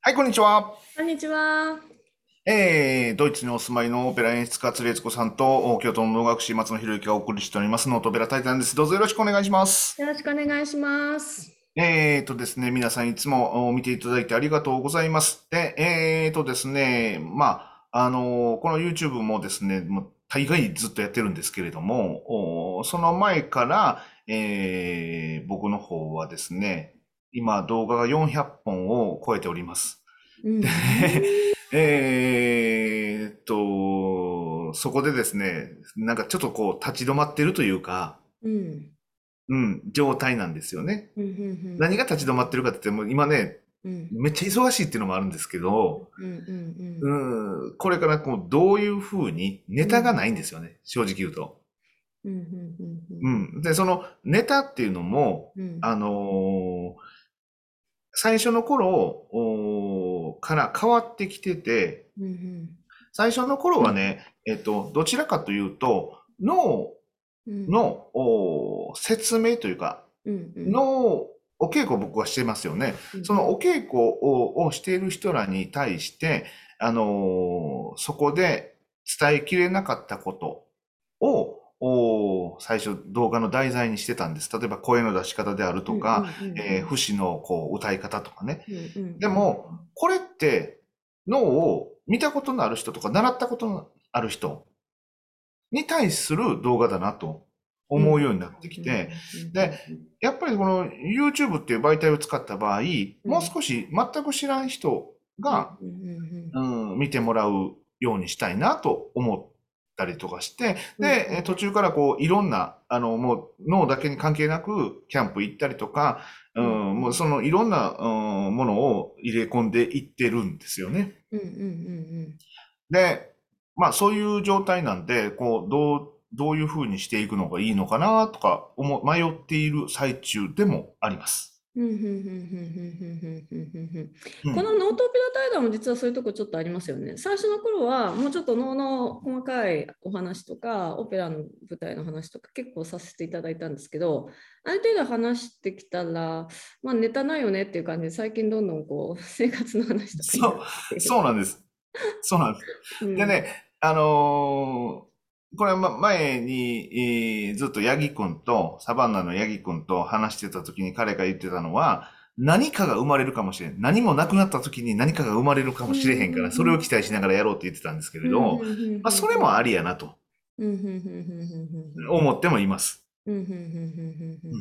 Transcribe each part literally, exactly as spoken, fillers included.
はい、こんにちは。 こんにちは。 えー、ドイツにお住まいのオペラ演出家、鶴悦子さんと、京都の能楽師、松野博之がお送りしております、ノートオペラタイタンです。どうぞよろしくお願いします。 よろしくお願いします。 えーとですね、皆さんいつもお見ていただいてありがとうございます。で、えーとですね、まあ、あのこの YouTube もですね、もう大概ずっとやってるんですけれども、おその前から、えー、僕の方はですね、今動画がよんひゃっぽんを超えております。 うん。 えーっと、そこでですね、なんかちょっとこう立ち止まってるというか、 うん。 うん、状態なんですよね。 うん。うん。 何が立ち止まってるかって言っても、今ね、 うん。 めっちゃ忙しいっていうのもあるんですけど、 うん。うん。 うん、これからこうどういうふうに、ネうん。 タがないんですよね、正直言うと。 うん。うん。うん。 うん。で、そのネタっていうのも、 うん。 あのー最初の頃おーから変わってきてて、 うん。 最初の頃はね、えっと、どちらかというと、脳うん。 のお説明というか、 うん。 のお稽古を僕はしてますよね。 うん。 そのお稽古を、をしている人らに対して、あのーそこで伝えきれなかったことを、お最初動画の題材にしてたんです。例えば声の出し方であるうん。 とか、 うん。 えー節のこう歌い方とかね。 うん。うん。 でも、これって脳を見たことのある人とか習ったことのある人に対する動画だなとうん。うん。 思うようになってきて、で、やっぱりこの YouTube っていう媒体を使った場合、もう少し全く知らん人が、うん、見てもらうようにしたいなと思ったりとかして、で、え途中からこういろんな、あの、もう脳だけに関係なくキャンプ行ったりとか、うん、もうそのいろんな、うん、ものを入れ込んでいってるんですよね。 うん。うん。 で、まあそういう状態なんで、こう、どう、どういうふうにしていくのがいいのかなとか思、迷っている最中でもあります。 うん。うん。うん。うん。うん。うん。うん。うん。 うん。 このノートピラ対談も実はそういうとこちょっとありますよね。最初の頃はもうちょっと能の細かいお話とか、オペラの舞台の話とか結構させていただいたんですけど、ある程度話してきたら、まあネタないよねっていう感じで、最近どんどんこう生活の話とかにそう、 なっている。 そうなんです。そうなんです。 うん。 でね、あのーこれはま前に、えーずっとヤギくんと、サバンナのヤギくんと話してた時に彼が言ってたのは、何かが生まれるかもしれん。何もなくなった時に何かが生まれるかもうん。 しれへんから、それを期待しながらやろうって言ってたんですけうん。うん。 れど、まあ、それもありやなとうん。うん。うん。うん。うん。うん。 思ってもいます。 うん。うん。うん。うん。うん。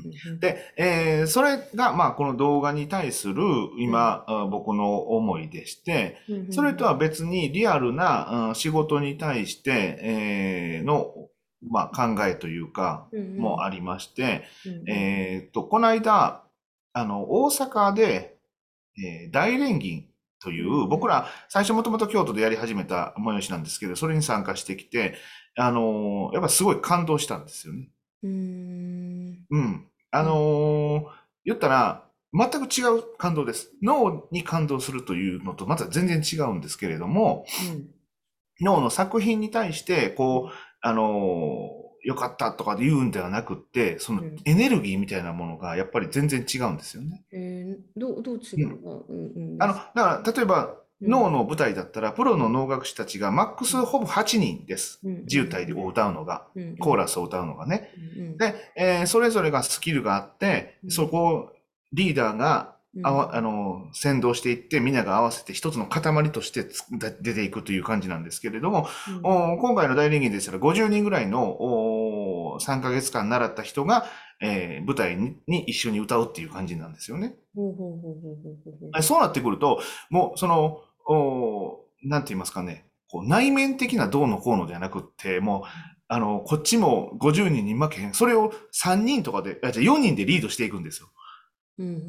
うん。 で、えーそれが、まあ、この動画に対するうん。 今、あ僕の思いでして、 うん。うん。 それとは別にリアルなうん仕事に対して、えーの、まあ、考えというか、 うん。 もありまして、 うん。 えーと、この間、あの、大阪で、えー大連銀というん。 う、僕うん。 ら最初もともと京都でやり始めた催しなんですけど、それに参加してきて、あのーやっぱすごい感動したんですよね。 うん。 うん。あうん。 のー言ったら、全く違う感動です。脳に感動するというのとまた全然違うんですけれども、 うん。 脳の作品に対して、こう、あのー良かったとかで言うんではなくって、そのうん。 エネルギーみたいなものがやっぱり全然違うんですよね。 えー、どう、どう違うん。 うの、うん、うんあの、 です。 だから、例えば、 うん。 脳の舞台だったら、プロの能楽師たちがマックうん。 スほぼはちにんです。 うん。 自由体で歌うのが、 うん。うん。 コーラスを歌うのがね。 うん。 で、えーそれぞれがスキルがあって、 うん。 そこをリーダーが、 うん。 あわ、あの、先導していって、みんなが合わせて一つの塊としてつで出ていくという感じなんですけれども、 うん。 お今回の大連銀でしたらごじゅうにんぐらいのおさんかげつかん習った人が、えー舞台にに一緒に歌うっていう感じなんですよね。 ほうほうほうほうほうほうほうほう。 そうなってくると、もう、その、おなんて言いますかね、こう内面的などうのこうのではなくって、もう、あの、こっちもごじゅうにんにんに負けへん。それをさんにんとかで、あ、じゃあよにんでリードしていくんですよ。 うん。うん。うん。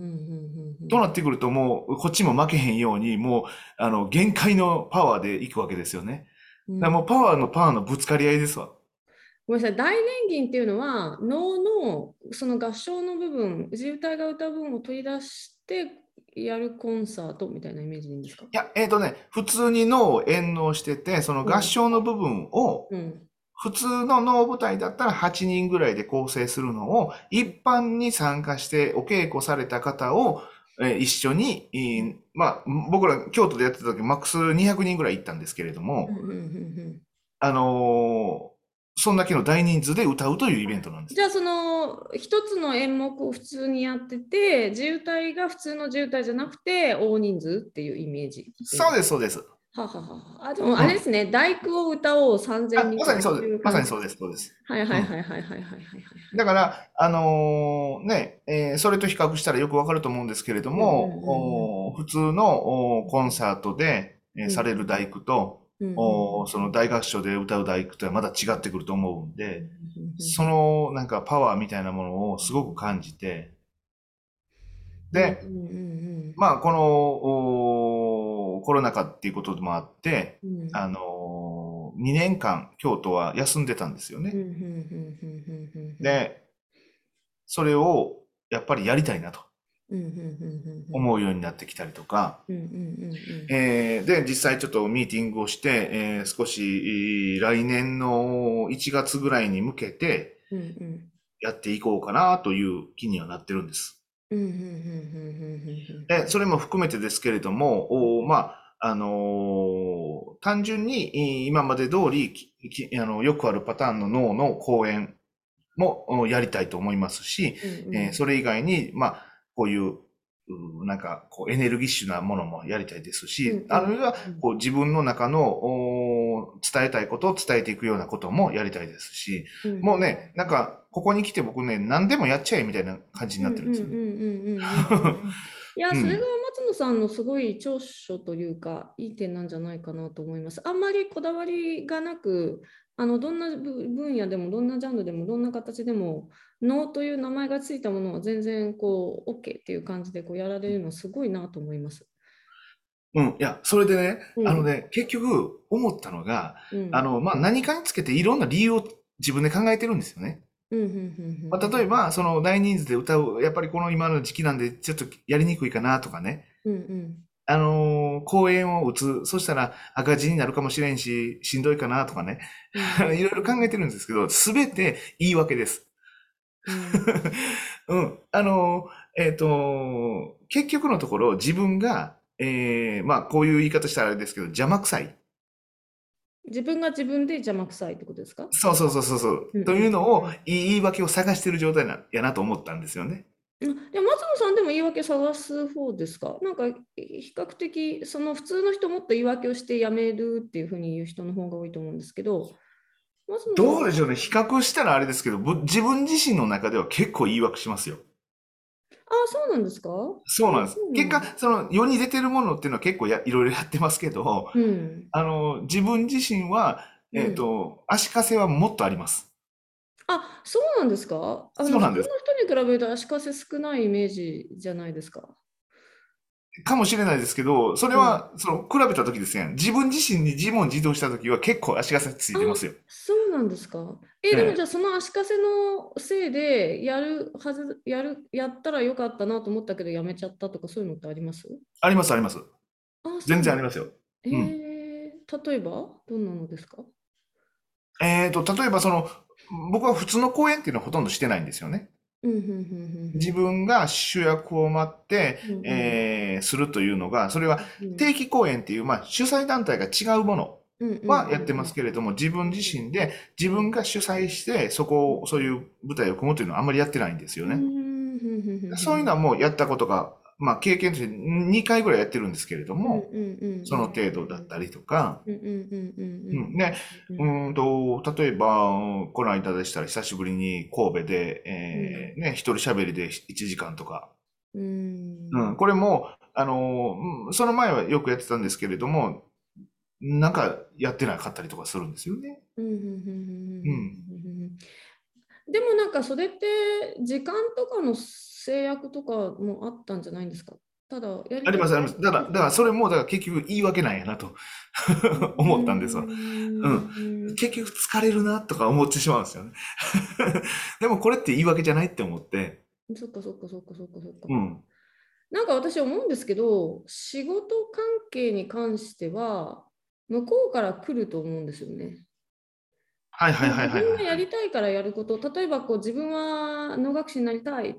うん。 となってくると、もう、こっちも負けへんように、もう、あの、限界のパワーでいくわけですよね。 うん。うん。 だからもうパワーのパワーのぶつかり合いですわ。 ごめんなさい、大連銀っていうのは、能のその合唱の部分、自由体が歌う部分を取り出してやるコンサートみたいなイメージでいいんですか？ いや、えっとね、普通に脳を演脳してて、その合うん。 唱の部分を、 うん。 普通の能舞台だったらはちにんぐらいで構成するのを、一般に参加してお稽古された方を、 えー一緒に、えうんーまあ、僕ら京都でやってた時、マックスにひゃくにんぐらい行ったんですけれども、 うんうんうんうん。 あのーそんだけの大人数で歌うというイベントなんです。 じゃあその一つの演目を普通にやってて、自由体が普通の自由体じゃなくて大人数っていうイメージでいいんですそうです、そうです。 か？はははは。あ、でもうん。 あれですね、第九を歌おう3000 あ、 人とかそうまさにそうです。 いう感じです。 まさにそうです、そうです。 はいはいはうん。 いはいはいはいはいはいはい。 だから、あのーね、えーそれと比較したらよくわかると思うんですけれどうんうんも、おー普通のおーコンサートで、えーうんうん。 される大工と、 うんうんおーその大合唱で歌う大工とはまた違ってくると思うんうんで、そうんのなんかパワーみたいなものをすごく感じて、 うんうんで、 うんまあ、このおーコロナ禍っていうこともあって、 うんうんあのー、にねんかん京都は休んでたんですよね。 うんうんうんうんうんで、それをやっぱりやりたいなとうんうんうんうんうん思うようになってきたりとか、 うんうんうんえーで、実際ちょっとミーティングをして、えー少し来年のいちがつぐらいに向けてうんうんやっていこうかなという気にはなってるんです。 うんうんうんうんうんうんで、それも含めてですけれども、おまあ、あのー単純にい今まで通りききあのよくあるパターンの脳の講演もおやりたいと思いますし、 うんうんえーそれ以外に、まあ、こういう、うなんか、こう、エネルギッシュなものもやりたいですし、 うんうんあるいは、こう、自分の中の、お伝えたいことを伝えていくようなこともやりたいですし、 うんうんもうね、なんか、ここに来て僕ね、何でもやっちゃえみたいな感じにうんうんなってるんですよね。 うんうんうんうん。いや、それがうん。 松野さんのすごい長所というか、いい点なんじゃないかなと思います。あんまりこだわりがなく、あのどんなぶ分野でも、どんなジャンルでも、どんな形でも、能という名前がついたものは全然こう OK っていう感じでこうやられるのはすごいなと思います。 うん。いや、それでね、 うん、 あのね、結局思ったのが、 うん、 あの、まあ、何かにつけていろんな理由を自分で考えてるんですよね。 うん、うん、うん、 まあ、例えば、その大人数で歌う、やっぱりこの今の時期なんで、ちょっとやりにくいかなとかね。 うん、うん、 あのー公演を打つ。そしたら赤字になるかもしれんし、しんどいかなとかね。 うん、 いろいろ考えてるんですけど、すべて言い訳です。 うん。 うん。あのーえっと、結局のところ、自分が、えー、まあ、こういう言い方したらあれですけど、邪魔くさい。 自分が自分で邪魔くさいってことですか？ そうそうそうそうそう。 うん、 とうん。 いうのを、言い訳を探してる状態な、やなと思ったんですよね。 うん、で松野さんでも言い訳探す方ですか？なんか比較的その普通の人もっと言い訳をして辞めるっていうふうに言う人の方が多いと思うんですけど、松野さんは、 どうでしょうね。比較したらあれですけど、ぶ自分自身の中では結構言い訳しますよ。 ああ、そうなんですか？ そうなんです。 そうなんだ。 結果、その世に出てるものっていうのは結構や、いろいろやってますけど、 うん。 あの、自分自身は、えっうん。 と、足かせはもっとあります。 あ、そうなんですか？あの普通のそうなんです。 人に比べると足かせ少ないイメージじゃないですか。 かもしれないですけど、それうん。 は、その、比べた時ですね。自分自身に自問自答した時は結構足かせついあ、 てますよ。 そうなんですか。え、でもじゃあええ。 その足かせのせいでやるはず、やる、やったらよかったなと思ったけどやめちゃったとかそういうのってあります？ あります、あります。 あ、そうなん。 全然ありますよ。 えうん。 ー、例えばどんなのですか？ えっと、例えばその、僕は普通の公演っていうのはほとんどしてないんですよね。 うん、うん、うん、 自分が主役を待って、 うん、うん、うん、 えーするというのが、それはうん、 定期公演っていう、まあ、主催団体が違うものうん、うん、うん、 はやってますけれども、自分自身で自うん、 分が主催して、そこを、そういう舞台を組むというのはあんまりやってないんですようん、うね。 ん、うん、 そういうのはもうやったことが、まあ、経験としてにかいぐらいやってるんですけれどうん、うん、 も、その程度だったりとか、 うん、うん、うん、 うん、ね、うーんと、例えば、この間でしたら久しぶりに神戸で、 うん、 えーね、一人喋りでいちじかんとか、 ううん、 ん、 これも、あの、うんその前はよくやってたんですけれども、なんかやってなかったりとかするんですよね。 うん、うん、うん、うん、うん、 うん。 うん、でもなんかそれって時間とかの制約とかもあったんじゃないんですか？ただやりたくあります、あります。だから、だからそれも、だから結局言い訳なんやなとう思ったんですわ。うん。 ーん。 結局疲れるなとか思ってしまうんですよね。でもこれって言い訳じゃないって思って、 そっかそっかそっかそっかそっか。 うん。 なんか私思うんですけど、仕事関係に関しては、向こうから来ると思うんですよね。 はいはいはい自はいはいはい。 分がやりたいからやること、例えばこう自分は能楽師になりたいっ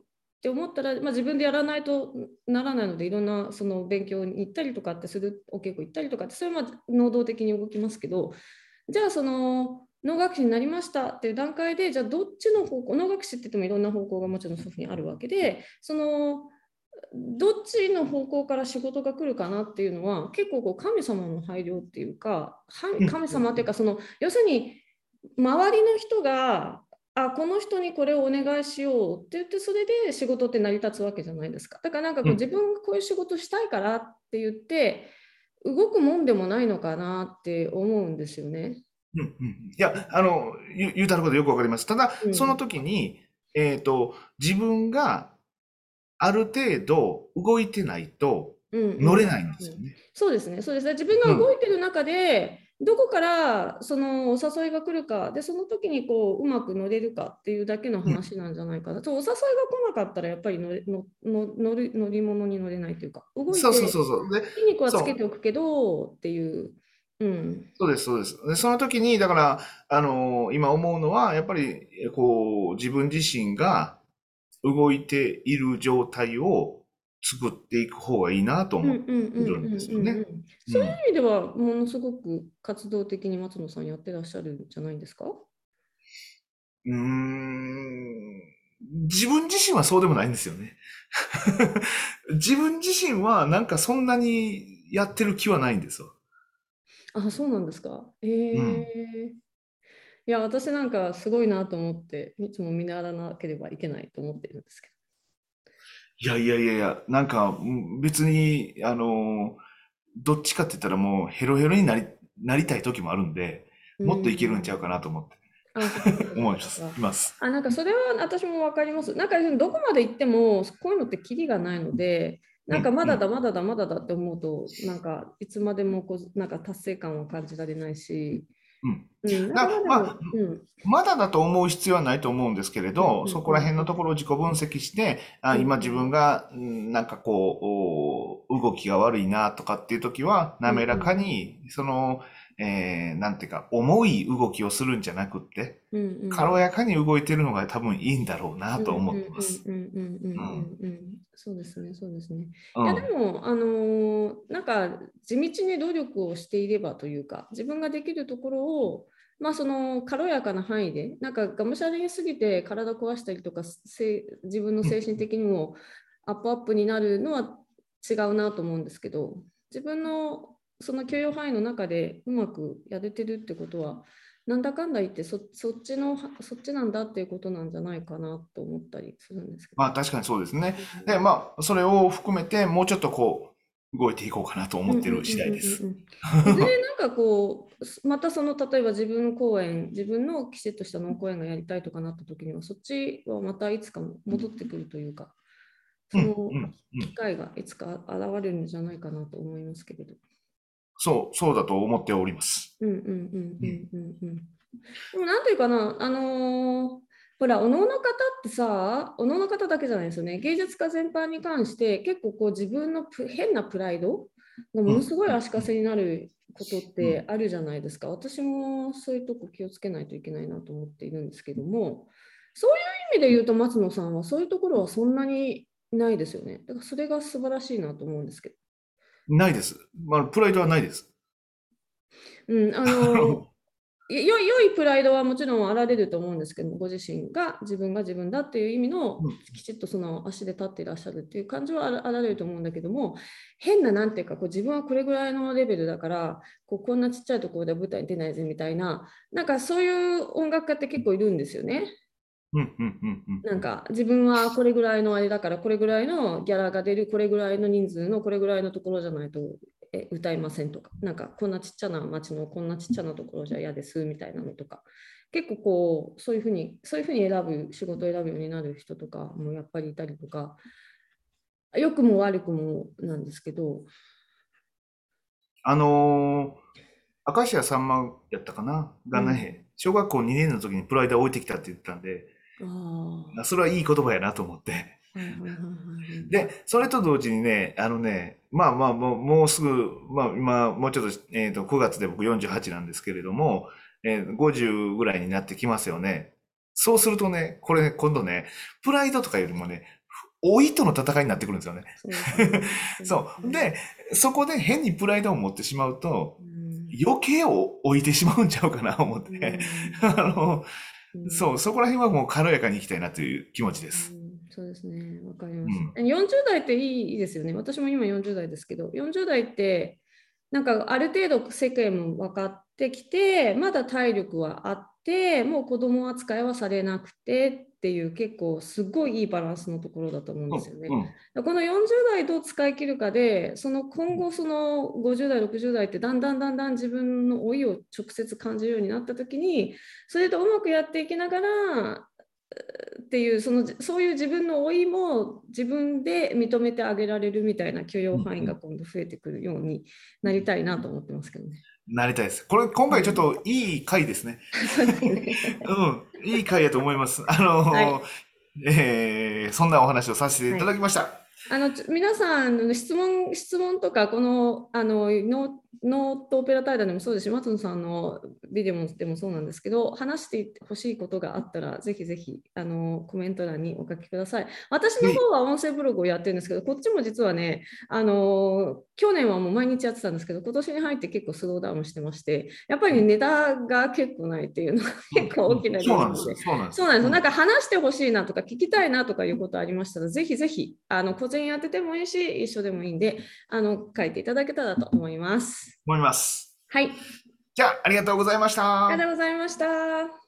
って思ったら、まあ、自分でやらないとならないので、いろんなその勉強に行ったりとかってする、お稽古行ったりとかって、それはまあ能動的に動きますけど、じゃあその能楽師になりましたっていう段階で、じゃあどっちの方向、能楽師って言ってもいろんな方向がもちろんそういうふうにあるわけで、そのどっちの方向から仕事が来るかなっていうのは、結構こう神様の配慮っていうか、神様っていうか、その要するに周りの人が、あ、この人にこれをお願いしようって言って、それで仕事って成り立つわけじゃないですか。だからなんかこう自分がこういう仕事したいからって言って動くもんでもないのかなって思うんですよね。 うんうん、いや、あの、言う言うたることよくわかります。ただ、そのうん、 時に、えっと、自分がある程度動いてないとうんうん乗れないんでうん、 すよね。 そうですね、そうですね。自分が動うん。 いてる中で、どこからそのお誘いが来るか、で、その時にこううまく乗れるかっていうだけのうん。 話なんじゃないかな。そう、お誘いが来なかったら、やっぱり乗れのの乗る乗り物に乗れないというか、動いそうそうて、 そうそう。で、 筋肉はつけそう。 ておくけどっていう。うん。 そうです、そうです。で、その時に、だから、あの、今思うのは、やっぱり、こう、自分自身が動いている状態を作っていく方がいいなと思っうんうんうんうんてるんですよね。 うんうん。そういううん。 意味では、ものすごく活動的に松野さんやってらっしゃるんじゃないですか？ うーん。自分自身はそうでもないんですよね。自分自身はなんかそんなにやってる気はないんですよ。 あ、そうなんですか。えうん。 え、いや、私なんかすごいなと思って、いつも見習わなければいけないと思ってるんですけいやいやいやいや、なんかうん別に、あの、どっちかって言ったらもうヘロヘロになり、なりたい時もあるんで、 ど。うもっといけるんちゃうかなん。 と思って、 あ、そっかそっかそっ思います。 かそっか。 います。 あ、なんかそれは私もわかります。なんかどこまで行っても、こういうのってキリがないので、なんかうん、うん、 まだだ、まだだ、まだだって思うと、なんかいつまでもこう、なんか達成感を感じられないし、 うん。 うん、なんかまだ、 あでも、 まあ、 うん、 まだだと思う必要はないと思うんですけれうん、 ど、そうん、 こら辺のとうん、 ころを自己分析して、あ、 うん、う今自分ん、 が、うんなんかこう、お動きが悪いなとかっていう時は、 うん、う滑らかん、 に、その、えー、なんていうか、重い動きをするんじゃなくって、 うん、うん、 軽やかに動いてるのが多分いいんだろうなうん、うん、 と思ってうん、 ます。 うん、うん、うん、 うん。 うん、うん、そうですね、そうですね。いや、 うん。 でも、あのーなんか、地道に努力をしていればというか、自分ができるところを、まあ、その軽やかな範囲で、なんか、がむしゃらにすぎて体壊したりとか、せ自分のうん。 精神的にもアップアップになるのは違うなと思うんですけど、自分のその許容範囲の中でうまくやれてるってことは、なんだかんだ言ってそ、そっちの、そっちなんだっていうことなんじゃないかなと思ったりするんですけど。 まあ確かにそうですね。で、 うんまあ、それを含めて、もうちょっとこう、動いていこうかなとうんうん思ってる次第です。 うんうんうん。いずれなんかこう、またその例えば自分の公演、自分のきちっとした農公演がやりたいとかなった時には、そっちはまたいつか戻ってくるというか、 うん、 そのうん、うん。 機会がいつか現れるんじゃないかなと思いますけれど。 そう、そうだと思っております。 うんうんうんううん。 んうんうん。でもなんていうかな、あのーほら、お能の方ってさ、お能の方だけじゃないですよね。芸術家全般に関して、結構こう自分のプ変なプライドがものうん、うん、 すごい足かせになることっうん。 てあるじゃないですか。私もそういうとこ気をつけないといけないなと思っているんですけども、そういう意味で言うと、松野さんはそういうところはそんなにないですよね。だからそれが素晴らしいなと思うんですけど。 ないです。まあ、プライドはないです。 うん、あのよ良いプライドはもちろんあられると思うんですけども、ご自身が自分が自分だっていう意味のうん、 きちっとその足で立っていらっしゃるっていう感じはあらあられると思うんだけども、変ななんていうかこう自分はこれぐらいのレベルだからこうこんなちっちゃいところで舞台に出ないぜみたいな、なんかそういう音楽家って結構いるんですよね。 うん、うん、うん、うん。 なんか自分はこれぐらいのあれだからこれぐらいのギャラが出るこれぐらいの人数のこれぐらいのところじゃないとえ歌いませんとか、なんかこんなちっちゃな町のこんなちっちゃなところじゃ嫌ですみたいなのとか、結構こうそういうふうにそういうふうに選ぶ仕事を選ぶようになる人とかもやっぱりいたりとか、良くも悪くもなんですけど。 あのー、明石家さんまやったかなうん、 がね、小学校にねんの時にプライドを置いてきたって言ってたんで、 ああ、 それはいい言葉やなと思って。 はいはいはいはいはい。 で、それと同時にね、あのね、まあまあ、もう、もうすぐ、まあ今、もうちょっと、えっと、くがつで僕よんじゅうはちなんですけれども、えー、ごじゅうぐらいになってきますよね。そうするとね、これね、今度ね、プライドとかよりもね、 老いとの戦いになってくるんですよね。 そうですね。 そう。で、そこで変にプライドを持ってしまうと、 うん、 余計を置いてしまうんちゃうかな、思っうて。 ん、 あの、 うん、 そう、そこら辺はもう軽やかにいきたいなという気持ちです。 うん、そうですね。わかります。 うん。 よんじゅう代っていい、いいですよね。私も今よんじゅう代ですけど、よんじゅう代って、なんかある程度世間も分かってきて、まだ体力はあって、もう子供扱いはされなくてっていう、結構すごいいいバランスのところだと思うんうん。 ですよね。 うん。 このよんじゅう代どう使い切るかで、その今後そのごじゅう代、ろくじゅう代ってだんだんだんだん自分の老いを直接感じるようになった時に、それとうまくやっていきながら、っていうそのそういう自分の老いも自分で認めてあげられるみたいな許容範囲が今度増えてくるようになりたいなと思ってますけどね。 なりたいです。これ、今回ちょっうん、 といい回ですね。 そうですね。 うん。いい回やと思います。あのはい。 えーそんなお話をさせていはい。 ただきました。 あの皆さんの質問、質問とか、この、あのノノートオペラ対談でもそうですし、松野さんのビデオでもそうなんですけど、話してほしいことがあったら、ぜひぜひあのコメント欄にお書きください。私の方ぜひ、 は音声ブログをやってるんですけど、こっちも実はね、あの去年はもう毎日やってたんですけど、今年に入って結構スローダウンしてまして、やっぱりネタが結構ないっていうのがうん、 結構うん。 大きな理そうなんですよ。 由なので、 そうなんですよ。 そうなんですよ。なんうん。 か話してほしいなとか聞きたいなとかいうことありましたら、ぜひぜひ、あの、個人やっててもいいし、一緒でもいいんで、あの、書いていただけたらと思います。 思います。 はい。 じゃあ、ありがとうございましありがとうた。 ございました。